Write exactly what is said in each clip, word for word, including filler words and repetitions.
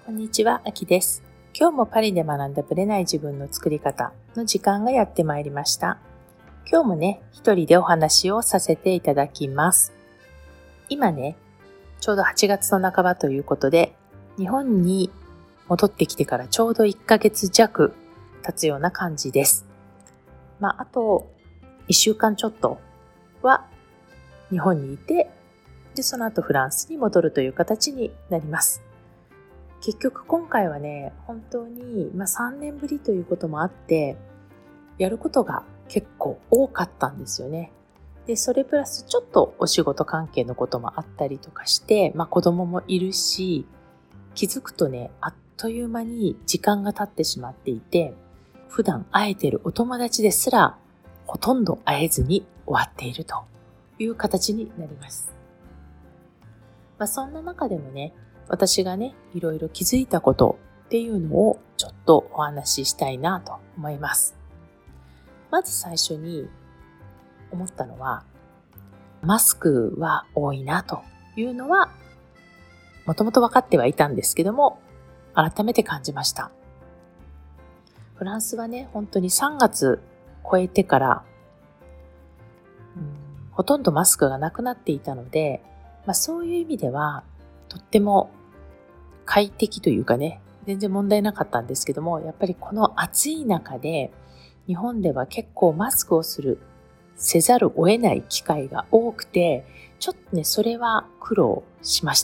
こんにちは、あきです。今日もパリで学んだブレない自分の作り方の時間がやってまいりました。今日もね、一人でお話をさせていただきます。今ね、ちょうどはちがつの半ばということで、日本に戻ってきてからちょうどいっかげつじゃく経つような感じです。まあ、あといっしゅうかんちょっとは日本にいて、で、その後フランスに戻るという形になります。結局今回はね、本当に、まあ、さんねんぶりということもあって、やることが結構多かったんですよね。で、それプラスちょっとお仕事関係のこともあったりとかして、まあ、子供もいるし、気づくとね、あっという間に時間が経ってしまっていて、普段会えてるお友達ですらほとんど会えずに終わっているという形になります。まあ、そんな中でもね、私がね、いろいろ気づいたことっていうのをちょっとお話ししたいなと思います。まず最初に思ったのは、マスクは多いなというのは、もともと分かってはいたんですけども、改めて感じました。フランスはね、本当にさんがつ超えてから、うん、ほとんどマスクがなくなっていたので、まあ、そういう意味では、とっても快適というかね、全然問題なかったんですけども、やっぱりこの暑い中で、日本では結構マスクをする、せざるを得ない機会が多くて、ちょっとね、それは苦労しました。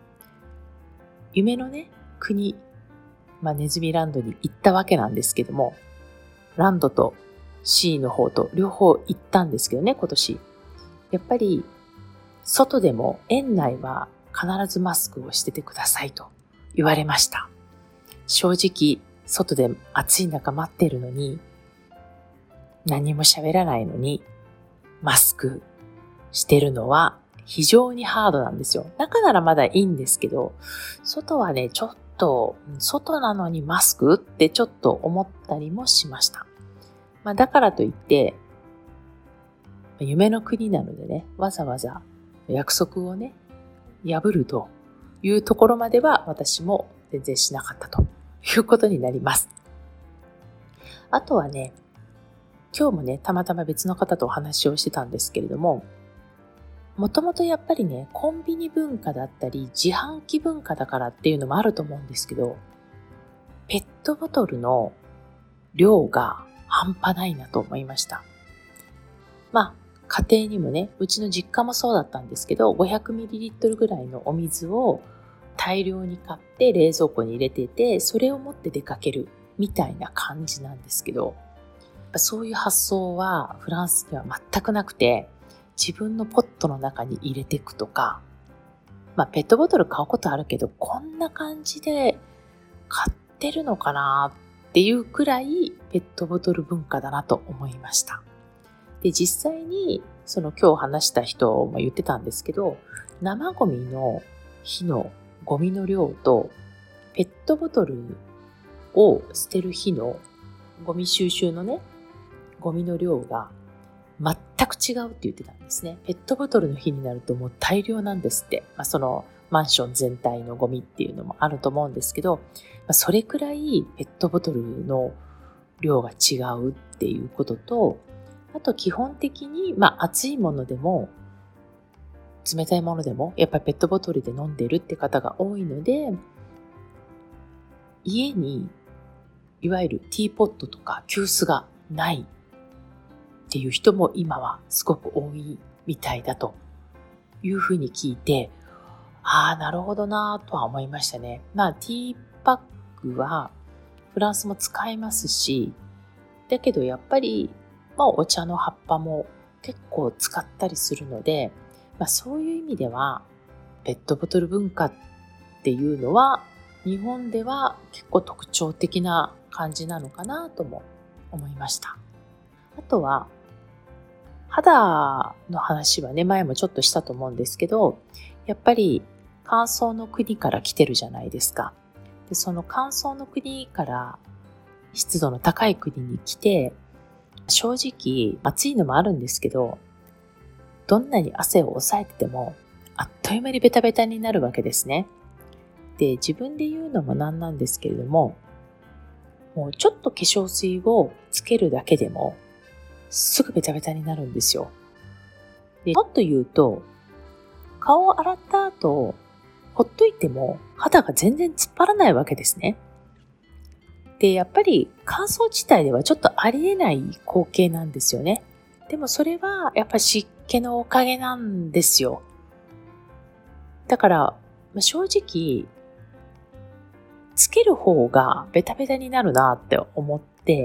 夢のね、国、まあ、ネズミランドに行ったわけなんですけども、ランドとシーの方と両方行ったんですけどね、今年。やっぱり、外でも園内は必ずマスクをしててくださいと言われました。正直、外で暑い中待ってるのに、何も喋らないのに、マスクしてるのは非常にハードなんですよ。中ならまだいいんですけど、外はね、ちょっと、外なのにマスクってちょっと思ったりもしました。まあ、だからといって、夢の国なのでね、わざわざ約束をね、破るというところまでは私も全然しなかったということになります。あとはね、今日もね、たまたま別の方とお話をしてたんですけれども、もともとやっぱりね、コンビニ文化だったり、自販機文化だからっていうのもあると思うんですけど、ペットボトルの量が半端ないなと思いました。まあ、家庭にもね、うちの実家もそうだったんですけど、ごひゃくミリリットル ぐらいのお水を大量に買って冷蔵庫に入れてて、それを持って出かけるみたいな感じなんですけど、そういう発想はフランスには全くなくて、自分のポットの中に入れていくとか、まあペットボトル買うことあるけど、こんな感じで買ってるのかなっていうくらいペットボトル文化だなと思いました。で、実際にその今日話した人も言ってたんですけど、生ゴミの日のゴミの量とペットボトルを捨てる日のゴミ収集のね、ゴミの量が全く違うって言ってたんですね。ペットボトルの日になるともう大量なんですって。まあ、そのマンション全体のゴミっていうのもあると思うんですけど、まあ、それくらいペットボトルの量が違うっていうことと、あと基本的に、まあ熱いものでも冷たいものでもやっぱりペットボトルで飲んでるって方が多いので、家にいわゆるティーポットとか急須がないっていう人も今はすごく多いみたいだというふうに聞いて、ああなるほどなとは思いましたね。まあティーパックはフランスも使いますし、だけどやっぱりまあ、お茶の葉っぱも結構使ったりするので、まあ、そういう意味ではペットボトル文化っていうのは日本では結構特徴的な感じなのかなとも思いました。あとは肌の話はね、前もちょっとしたと思うんですけど、やっぱり乾燥の国から来てるじゃないですか。で、その乾燥の国から湿度の高い国に来て、正直暑いのもあるんですけど、どんなに汗を抑えててもあっという間にベタベタになるわけですね。 で自分で言うのもなんなんですけれども、もうちょっと化粧水をつけるだけでもすぐベタベタになるんですよ。でもっと言うと、顔を洗った後ほっといても肌が全然突っ張らないわけですね。で、やっぱり乾燥地帯ではちょっとありえない光景なんですよね。でもそれはやっぱ湿気のおかげなんですよ。だから正直つける方がベタベタになるなって思って、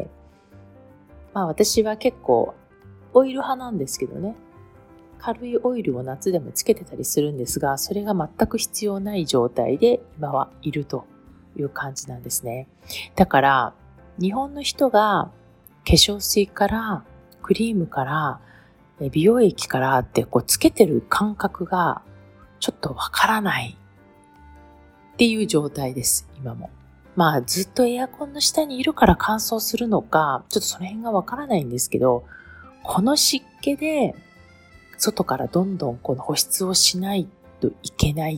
まあ私は結構オイル派なんですけどね、軽いオイルを夏でもつけてたりするんですが、それが全く必要ない状態で今はいるという感じなんですね。だから日本の人が化粧水からクリームから美容液からってこうつけてる感覚がちょっとわからないっていう状態です、今も。まあずっとエアコンの下にいるから乾燥するのか、ちょっとその辺がわからないんですけど、この湿気で外からどんどんこの保湿をしないといけないって、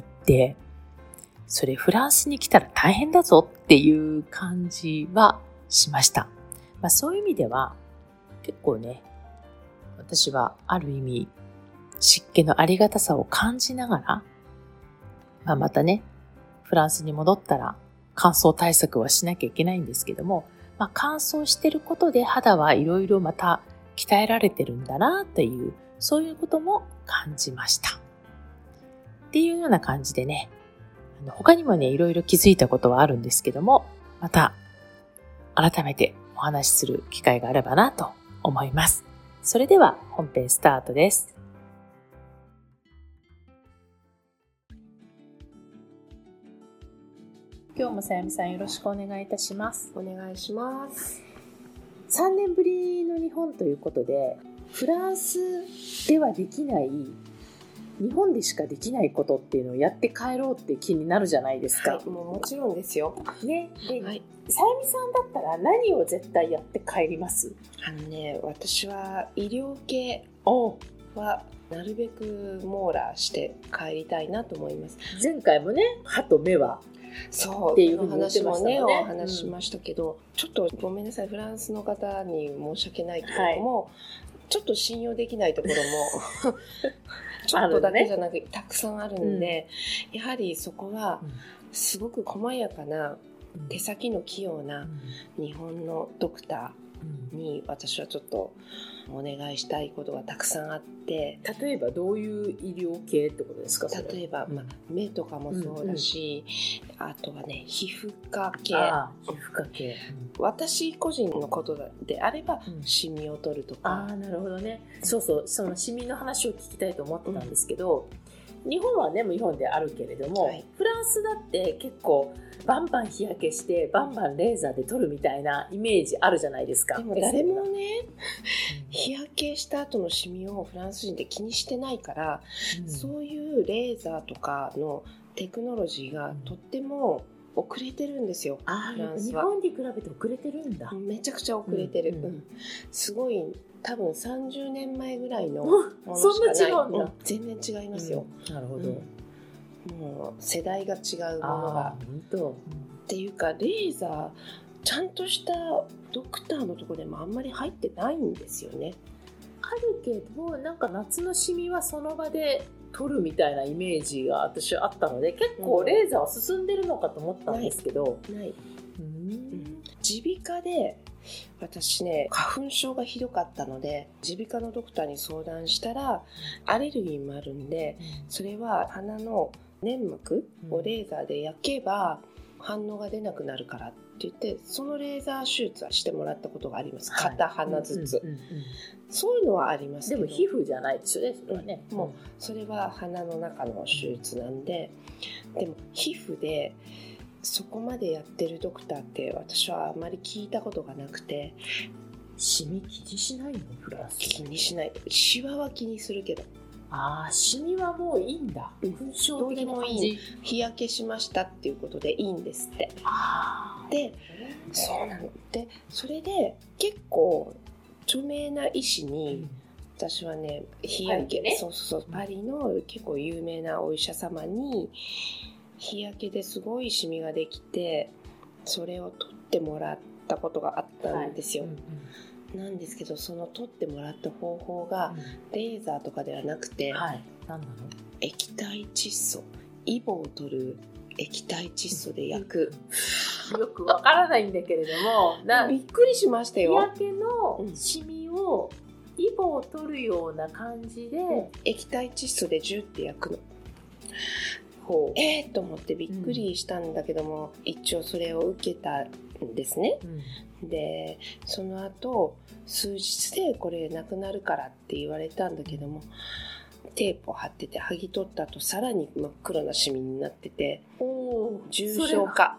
それフランスに来たら大変だぞっていう感じはしました。まあそういう意味では結構ね、私はある意味湿気のありがたさを感じながら、まあ、またねフランスに戻ったら乾燥対策はしなきゃいけないんですけども、まあ、乾燥してることで肌はいろいろまた鍛えられてるんだなという、そういうことも感じましたっていうような感じでね、あの他にもねいろいろ気づいたことはあるんですけども、また改めてお話しする機会があればなと思います。それでは本編スタートです。今日もさやみさんよろしくお願いいたします。 お願いします。 さんねんぶりの日本ということで、フランスではできない日本でしかできないことっていうのをやって帰ろうって気になるじゃないですか。 はい、もうもちろんですよ。 ね、で、 はい、 さやみさんだったら何を絶対やって帰ります？ あのね、私は医療系はなるべく網羅して帰りたいなと思います。 前回もね、歯と目はそうっていう話もね、 お話ししましたけど、うん、ちょっとごめんなさい、フランスの方に申し訳ないけれども、はい、ちょっと信用できないところもちょっとだけじゃなくて、ね、たくさんあるんで、うん、やはりそこはすごく細やかな、うん、手先の器用な日本のドクターに私はちょっとお願いしたいことがたくさんあって、 例えばどういう医療系ってことですか？ 例えば、まあ、目とかもそうだし、うんうん、あとはね皮膚科系、 あ皮膚科系、 うん、私個人のことであれば、うん、シミを取るとか。 あ、なるほどね。そうそう、そのシミの話を聞きたいと思ってたんですけど、うん、日本はね日本であるけれども、はい、フランスだって結構バンバン日焼けしてバンバンレーザーで撮るみたいなイメージあるじゃないですか。 でも誰もね日焼けした後のシミをフランス人って気にしてないから、うん、そういうレーザーとかのテクノロジーがとっても遅れてるんですよ、うん、 あフランスは。日本に比べて遅れてるんだ。 めちゃくちゃ遅れてる、うんうん、すごい多分さんじゅうねんまえぐらいのものしかない。そんな違うんだ、うん、全然違いますよ、 うん、なるほど、 もう世代が違うものがっていうか、レーザーちゃんとしたドクターのところでもあんまり入ってないんですよね。 あるけどなんか夏のシミはその場で取るみたいなイメージが私はあったので、結構レーザーは進んでるのかと思ったんですけど、 ない、ない、耳鼻科で私ね花粉症がひどかったので耳鼻科のドクターに相談したらアレルギーもあるんで、それは鼻の粘膜をレーザーで焼けば反応が出なくなるからって言って、そのレーザー手術はしてもらったことがあります、はい、片鼻ずつ、うんうんうんうん、そういうのはありますけど、 でも皮膚じゃないですよね、それはね、 うん、もうそれは鼻の中の手術なんで、でも皮膚でそこまでやってるドクターって私はあまり聞いたことがなくて。 シミ気にしないの？フランス気にしない。シワは気にするけど、 ああ、シミはもういいんだ。 粉症的な感じ。日焼けしましたっていうことでいいんですって。 あで、そうなの。で、それで結構著名な医師に、うん、私はね、日焼け、ね、そうそうそう、パリの結構有名なお医者様に日焼けですごいシミができて、それを取ってもらったことがあったんですよ、はいうんうん、なんですけどその取ってもらった方法が、うん、レーザーとかではなくて、 はい、何なの？ 液体窒素、イボを取る液体窒素で焼くよくわからないんだけれどもなびっくりしましたよ。 日焼けのシミをイボを取るような感じで、うん、 液体窒素でジュって焼くの。ほうえーと思ってびっくりしたんだけども、うん、一応それを受けたんですね、うん、でその後数日でこれなくなるからって言われたんだけども、テープを貼ってて剥ぎ取った後さらに真っ黒なシミになってて、お重症化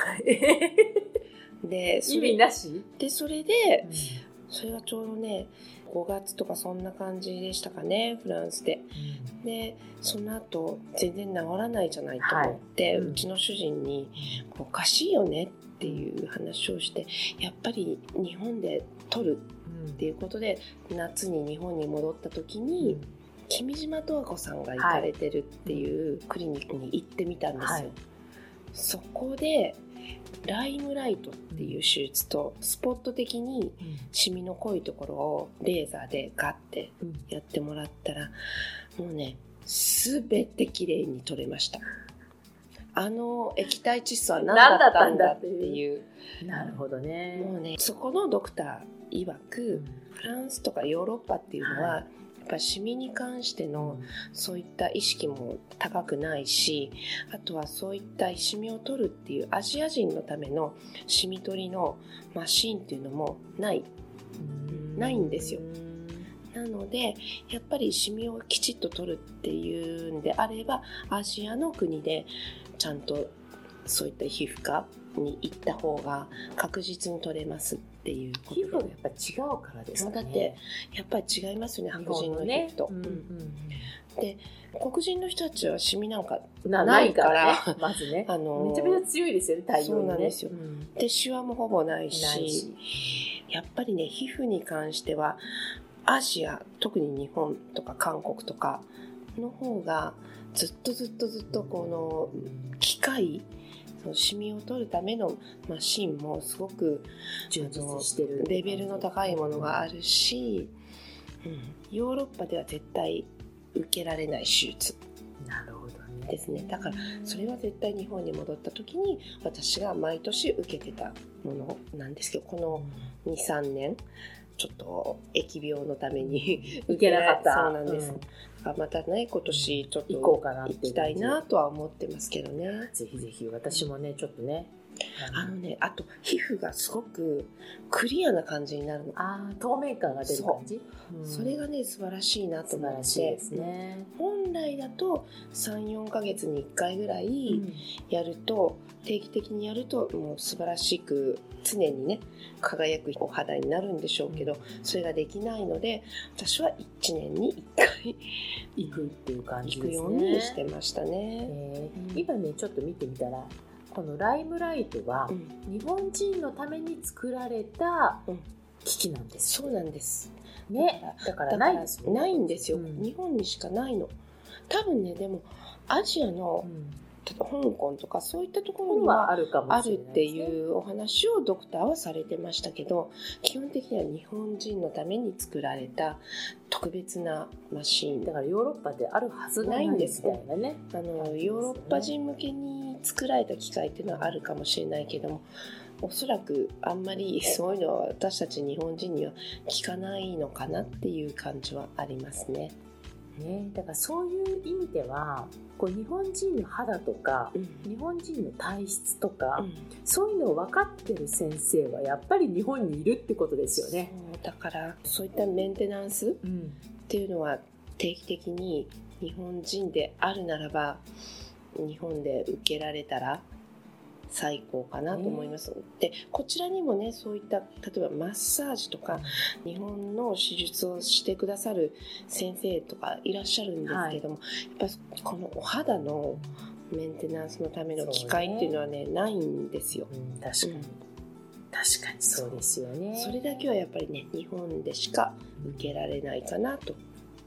で意味なしでそれで、うん、それがちょうどねごがつとかそんな感じでしたかね、フランスで、うん、でその後全然治らないじゃないと思って、はいうん、うちの主人におかしいよねっていう話をして、やっぱり日本で取るっていうことで、うん、夏に日本に戻った時に、うん、君島十和子さんが行かれてるっていうクリニックに行ってみたんですよ、はい、そこでライムライトっていう手術とスポット的にシミの濃いところをレーザーでガッてやってもらったら、もうねすべて綺麗に取れました。あの液体窒素は何だったんだっていう。 なるほどね。 もうねそこのドクター曰く、フランスとかヨーロッパっていうのは、はい、やっぱシミに関してのそういった意識も高くないし、あとはそういったシミを取るっていうアジア人のためのシミ取りのマシンっていうのもないないんですよ。なのでやっぱりシミをきちっと取るっていうんであれば、アジアの国でちゃんとそういった皮膚科に行った方が確実に取れますっていうこと。 皮膚がやっぱ違うからですかね。 だってやっぱり違いますよね、白人の皮膚と、ねうんうん、で黒人の人たちはシミなんかないから、 ないからね、まずねあのめちゃめちゃ強いですよね、太陽にね。 そうなんですよ、うん、でシワもほぼない し, ないしやっぱりね皮膚に関してはアジア、特に日本とか韓国とかの方がずっとずっとずっとこの機械、そのシミを取るためのマシンもすごく充実してるレベルの高いものがあるし、うん、ヨーロッパでは絶対受けられない手術なるほどねですね。だからそれは絶対日本に戻った時に私が毎年受けてたものなんですけど、この にさんねんちょっと疫病のために受けなかった。 そうなんです、うん、またね今年ちょっと行こうかなって行きたいなとは思ってますけどね。 ぜひぜひ私もねちょっとね、 あのね、あと皮膚がすごくクリアな感じになるの。 ああ、透明感が出る感じ。 そう、うん、それがね素晴らしいなと思って。 素晴らしいですね。 本来だと さん,よん ヶ月にいっかいぐらいやると、うん、定期的にやるともう素晴らしく常にね輝くお肌になるんでしょうけど、うん、それができないので私はいちねんにいっかい行くっていう感じですね。 行くようにしてましたね、 えーうん、今ねちょっと見てみたらこのライムライトは日本人のために作られた機器なんです、 うん、そうなんですね。だからないですよね。 ないんですよ、うん、日本にしかないの。多分ねでもアジアの、うん香港とかそういったところにはあるっていうお話をドクターはされてましたけど、基本的には日本人のために作られた特別なマシーンだからヨーロッパであるはずがないんですよね。 あのヨーロッパ人向けに作られた機械っていうのはあるかもしれないけども、おそらくあんまりそういうのは私たち日本人には効かないのかなっていう感じはありますね。 ね、だからそういう意味ではこう日本人の肌とか、うん、日本人の体質とか、うん、そういうのを分かってる先生はやっぱり日本にいるってことですよね。 そうだからそういったメンテナンスっていうのは定期的に日本人であるならば日本で受けられたら最高かなと思います、えー、でこちらにもねそういった例えばマッサージとか日本の手術をしてくださる先生とかいらっしゃるんですけども、はい、やっぱこのお肌のメンテナンスのための機械っていうのは ね, ねないんですよ、 うん、確かに、うん、確かにそうですよね。 それだけはやっぱりね日本でしか受けられないかなと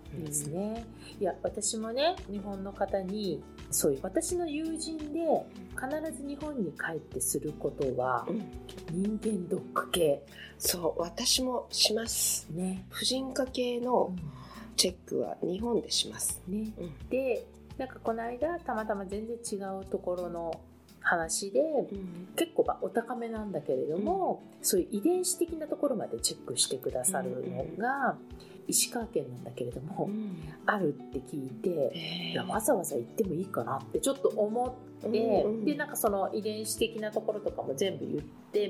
いいですね。いや、私もね、日本の方に、そういう私の友人で必ず日本に帰ってすることは、うん、人間ドック系。 そう、私もしますね。 婦人科系のチェックは日本でしますね。うん、で、なんかこの間たまたま全然違うところの話で、うん、結構お高めなんだけれども、うん、そういう遺伝子的なところまでチェックしてくださるのが、うん石川県なんだけれども、うん、あるって聞いて、いやわざわざ行ってもいいかなってちょっと思って、うんうん、でなんかその遺伝子的なところとかも全部言って、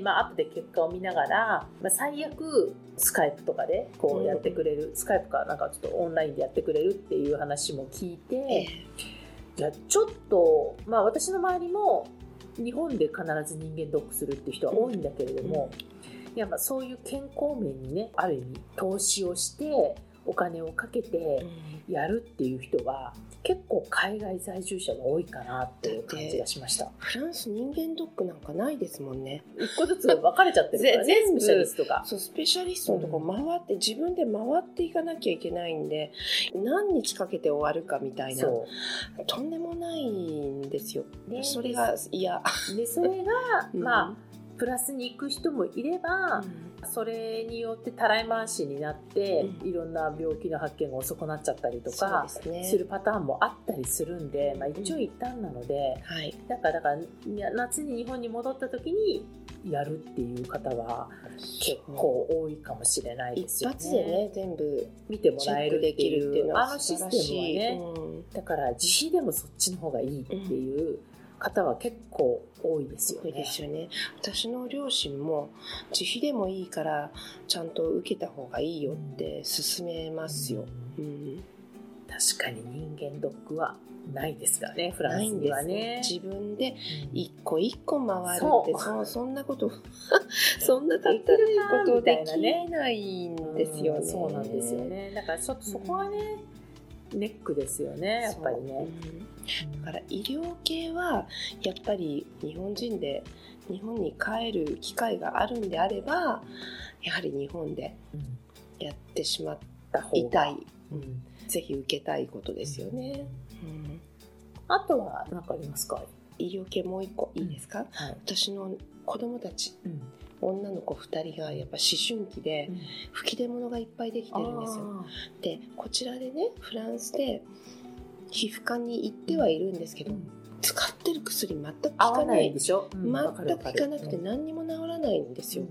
まあ後で結果を見ながら、まあ、最悪スカイプとかでこうやってくれる、うん、スカイプかなんかちょっとオンラインでやってくれるっていう話も聞いて、えー、いやちょっとまあ私の周りも日本で必ず人間ドックするっていう人は多いんだけれども、うんいやまあそういう健康面にねある意味投資をしてお金をかけてやるっていう人は結構海外在住者が多いかなっていう感じがしました。 フランス人間ドックなんかないですもんね。 一個ずつ分かれちゃってるからね全部スペシャリストがそうスペシャリストのとこ回って、うん、自分で回っていかなきゃいけないんで何日かけて終わるかみたいなとんでもないんですよ、ね、それが嫌でそれが、うん、まあプラスに行く人もいれば、うん、それによってたらい回しになって、うん、いろんな病気の発見が遅くなっちゃったりとか す,、ね、するパターンもあったりするんで、まあ、一長一短なので、うんはい、だからだから夏に日本に戻った時にやるっていう方は結構多いかもしれないですよね。 一発でね全部見てもらえるっていうあのシステムはね、うん、だから自費でもそっちの方がいいっていう、うん方は結構多いですよね。 多いですよね。私の両親も自費でもいいからちゃんと受けた方がいいよって勧めますよ、うんうん、 確かに人間ドックはないですからねフランスにはね。 自分で一個一個回るって、うん、そ, そんなことそんなたったないことできないんですよね、うん、 そうなんですよね。だからちょっとそこはね、うん、ネックですよねやっぱりね。 だから医療系はやっぱり日本人で日本に帰る機会があるんであればやはり日本でやってしまった方が、うん、ぜひ受けたいことですよね、うんうん、 あとは何かありますか？ 医療系もう一個いいですか、うんはい、私の子供たち、うん、女の子ふたりがやっぱ思春期で、うん、吹き出物がいっぱいできてるんですよ。でこちらでねフランスで皮膚科に行ってはいるんですけど、うん、使ってる薬全く効かない、 でしょ、うん、 全く効かなくて何にも治らないんですよ、うん、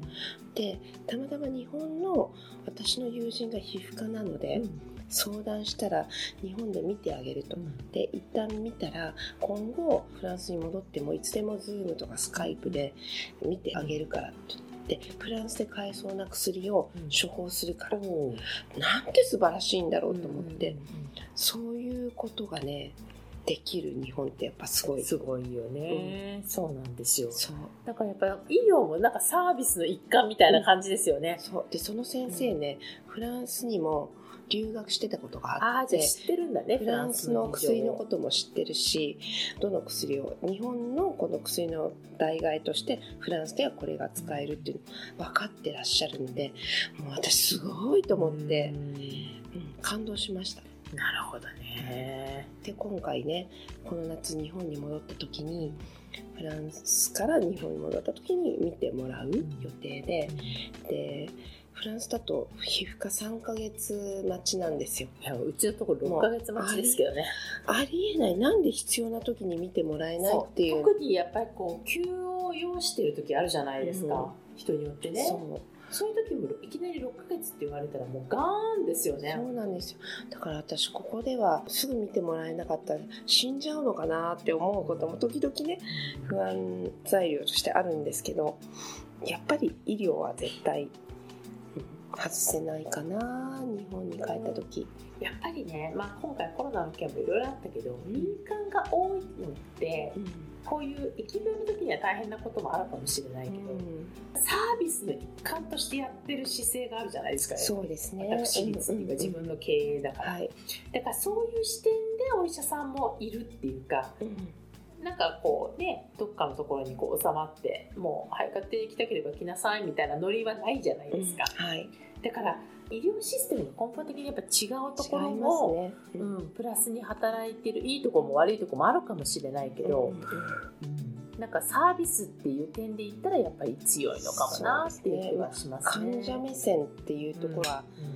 でたまたま日本の私の友人が皮膚科なので、うん、相談したら日本で見てあげると、うん、で一旦見たら今後フランスに戻ってもいつでもズームとかスカイプで見てあげるからってでフランスで買えそうな薬を処方するから、うん、なんて素晴らしいんだろうと思って、うんうんうん、そういうことがねできる日本ってやっぱすごいすごいよね、うん、そうなんですよ。 そうだからやっぱ医療もなんかサービスの一環みたいな感じですよね、 うん、そうでその先生ね、うん、フランスにも留学してたことがあって、 あ、じゃあ知ってるんだね。 フランスの薬のことも知ってるし、どの薬を日本のこの薬の代替としてフランスではこれが使えるっていうの分かってらっしゃるんで、もう私すごいと思って、うん、感動しました。 なるほどね。 で今回ねこの夏日本に戻った時にフランスから日本に戻った時に見てもらう予定で、うん、でフランスだと皮膚科さんかげつ待ちなんですよ。 いやうちのところろっかげつ待ちですけどね。 ありえない。なんで必要な時に見てもらえないっていう。 特にやっぱりこう急を要してる時あるじゃないですか、うん、人によってね。そうそういう時もいきなりろっかげつって言われたらもうガーンですよね。 そうなんですよ。だから私ここではすぐ見てもらえなかったら死んじゃうのかなって思うことも時々ね不安材料としてあるんですけど、やっぱり医療は絶対外せないかな日本に帰った時。 やっぱりね、まあ、今回コロナの件もいろいろあったけど民間が多いのって、うん、こういう疫病の時には大変なこともあるかもしれないけど、うん、サービスの一環としてやってる姿勢があるじゃないですか、ね、 そうですね。 私立には自分の経営だから、うんうんうん、だからそういう視点でお医者さんもいるっていうか、うん、 なんかこうね、どっかのところにこう収まってもうはい買ってきたければ来なさいみたいなノリはないじゃないですか、 うん、はい、 だから医療システムの根本的にやっぱ違うところも、 ね、うん、 うん、プラスに働いてるいいところも悪いところもあるかもしれないけど、うんうんうん、なんかサービスっていう点で言ったらやっぱり強いのかもなっていう気はしますね。 患者目線っていうところは、うんうん、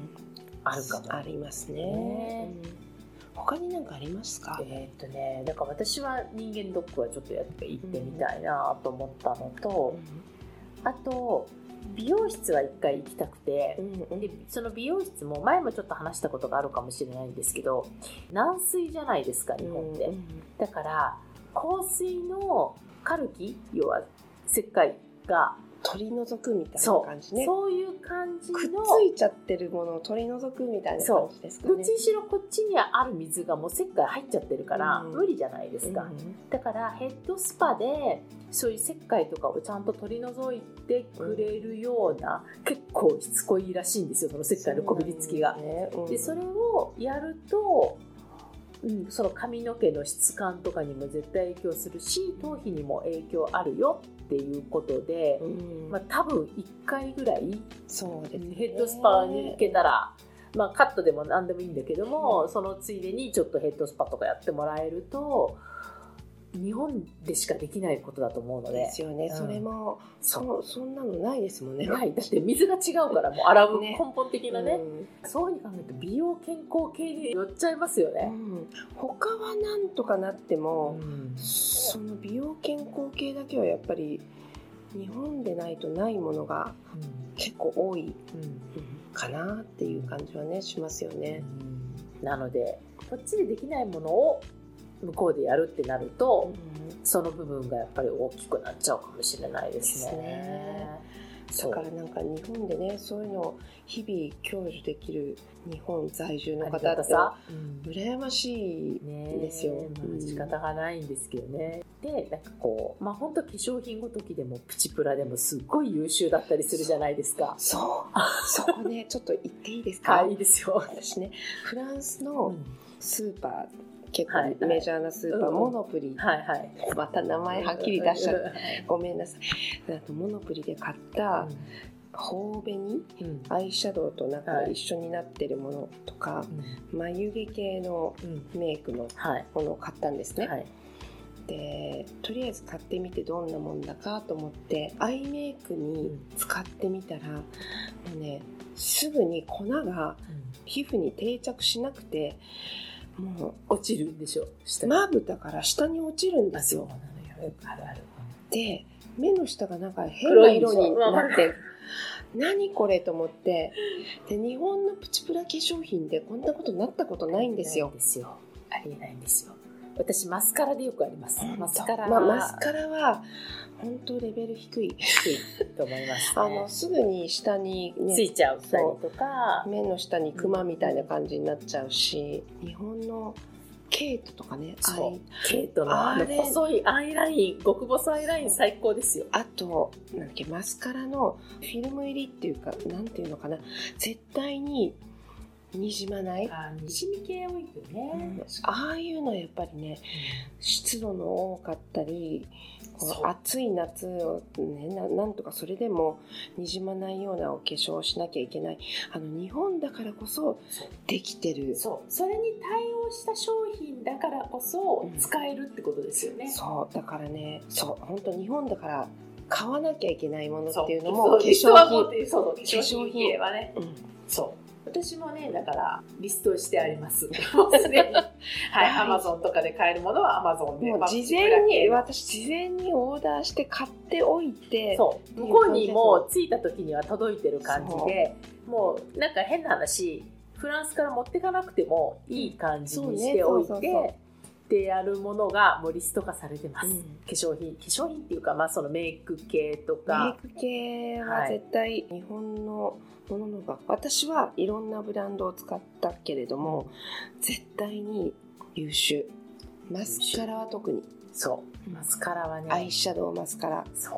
あるかもありますね。うん、他に何かありますか？ えーっとね、だから私は人間ドックはちょっとやって行ってみたいなと思ったのと、うん、あと美容室は一回行きたくて、うん、でその美容室も前もちょっと話したことがあるかもしれないんですけど、軟水じゃないですか日本って、うん、だから香水のカルキ、要は石灰が取り除くみたいな感じね。 そう、そういう感じのくっついちゃってるものを取り除くみたいな感じですかね。 どっちにしろこっちにある水がもう石灰入っちゃってるから、うん、無理じゃないですか、うん、だからヘッドスパでそういう石灰とかをちゃんと取り除いてくれるような、うん、結構しつこいらしいんですよ、その石灰のこびりつきが。そ う、ね、うん、でそれをやると、うん、その髪の毛の質感とかにも絶対影響するし、頭皮にも影響あるよっていうことで、うん、まあ、多分いっかいぐらいそうですね、 ヘッドスパに行けたら、まあ、カットでも何でもいいんだけども、うん、そのついでにちょっとヘッドスパとかやってもらえると日本でしかできないことだと思うので。 ですよね、うん、それも そ, そんなのないですもんね。 ない、だって水が違うからもう洗う根本的なね、うん、そういうふうに考えると美容健康系に寄っちゃいますよね、うん、 他はなんとかなっても、うん、その美容健康系だけはやっぱり日本でないとないものが結構多いかなっていう感じはねしますよね、 うん、なのでこっちでできないものを向こうでやるってなると、うん、その部分がやっぱり大きくなっちゃうかもしれないですね。ですね。 だからなんか日本でねそういうのを日々享受できる日本在住の方ってさ、うん、羨ましいですよ、ね、 まあ、仕方がないんですけどね。でなんかこうまあ本当化粧品ごときでもプチプラでもすっごい優秀だったりするじゃないですか。 そうそこねちょっと言っていいですか？ はい、いいですよ。 私ねフランスのスーパー、結構メジャーなスーパー、はいはい、モノプリ、はいはい、また名前はっきり出しちゃった、はい、ごめんなさい。あとモノプリで買った頬紅、うん、アイシャドウとなんか一緒になってるものとか、うん、眉毛系のメイクのものを買ったんですね、はいはい、でとりあえず買ってみてどんなもんだかと思ってアイメイクに使ってみたら、うん、もうねすぐに粉が皮膚に定着しなくてもう落ちるんでしょ、まぶたから下に落ちるんですよ。 あるある。 で目の下がなんか変な色になって何これと思って、で日本のプチプラ化粧品でこんなことなったことないんですよ。 ありえないんですよ。ありえないんですよ。私マスカラでよくあります。マスカラ、 まあ、マスカラは本当レベル低い低いと思います、ね、 あのすぐに下に、 ね、ついちゃうたりとか目の下にクマみたいな感じになっちゃうし、うん、日本のケイトとかね、 そうケイトのあの細いアイライン、極細アイライン最高ですよ。 あとなんだっけマスカラのフィルム入りっていうかなんていうのかな、絶対ににじまない、 あにじみ系多いよね、うん、 ああいうのやっぱりね、うん、湿度の多かったり暑い夏を、ね、な, なんとかそれでもにじまないようなお化粧をしなきゃいけない、あの日本だからこそできてる、 そうそれに対応した商品だからこそ使えるってことですよね、うん、 そうだからね、そう本当日本だから買わなきゃいけないものっていうのも化粧品、化粧品はね、うん、そう私もねだからリストしてありますはい、アマゾンとかで買えるものはアマゾンで、 もう事前に私事前にオーダーして買っておいて、 そう向こうにも着いた時には届いてる感じで、もうなんか変な話フランスから持ってかなくてもいい感じにしておいてでやるものがもうリスト化されてます、うん、化粧品化粧品っていうか、まあ、そのメイク系とかメイク系は絶対日本のもののが、はい、私はいろんなブランドを使ったけれども、うん、絶対に優秀。マスカラは特にそう、マスカラはね、 アイシャドウマスカラ、 そう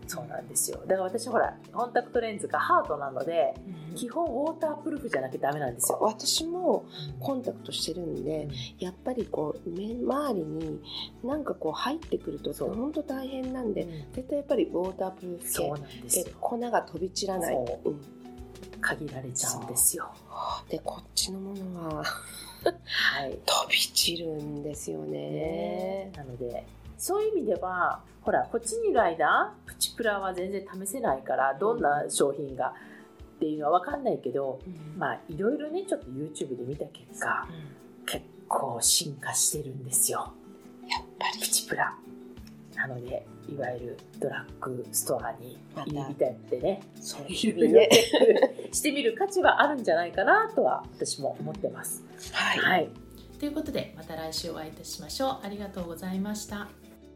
そうなんですよ。だから私ほらコンタクトレンズがハートなので、うん、基本ウォータープルーフじゃなきゃダメなんですよ。 私もコンタクトしてるんで、うん、やっぱりこう目周りになんかこう入ってくると本当大変なんで、うん、絶対やっぱりウォータープルーフ系、 そうなんですよ。 で粉が飛び散らない、うん、 限られちゃうんですよ。 でこっちのものははい、飛び散るんですよ ね, ねなのでそういう意味ではほらこっちにいる間プチプラは全然試せないからどんな商品がっていうのは分かんないけど、うん、まあいろいろねちょっと YouTube で見た結果、うん、結構進化してるんですよやっぱりプチプラなのでいわゆるドラッグストアに入り浸ってね、 そういうねしてみる価値はあるんじゃないかなとは私も思ってます。 はい、 はい、ということでまた来週お会いいたしましょう。ありがとうございました。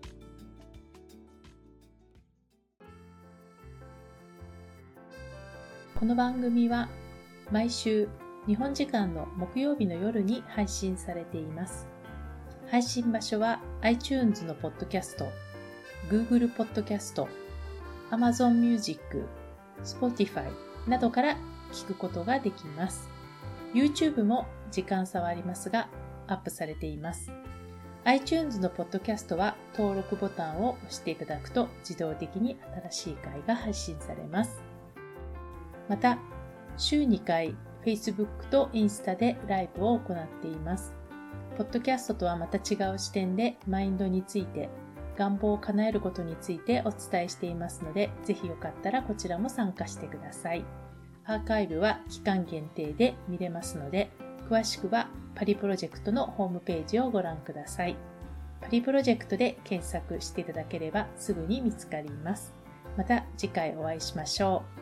この番組は毎週日本時間の木曜日の夜に配信されています。配信場所は iTunes のポッドキャスト、Google ポッドキャスト、Amazon Music、Spotify などから聞くことができます。YouTube も時間差はありますがアップされています。iTunes のポッドキャストは登録ボタンを押していただくと自動的に新しい回が配信されます。また、週にかい Facebook とインスタでライブを行っています。ポッドキャストとはまた違う視点でマインドについて、願望を叶えることについてお伝えしていますので、ぜひよかったらこちらも参加してください。アーカイブは期間限定で見れますので、詳しくはパリプロジェクトのホームページをご覧ください。パリプロジェクトで検索していただければすぐに見つかります。また次回お会いしましょう。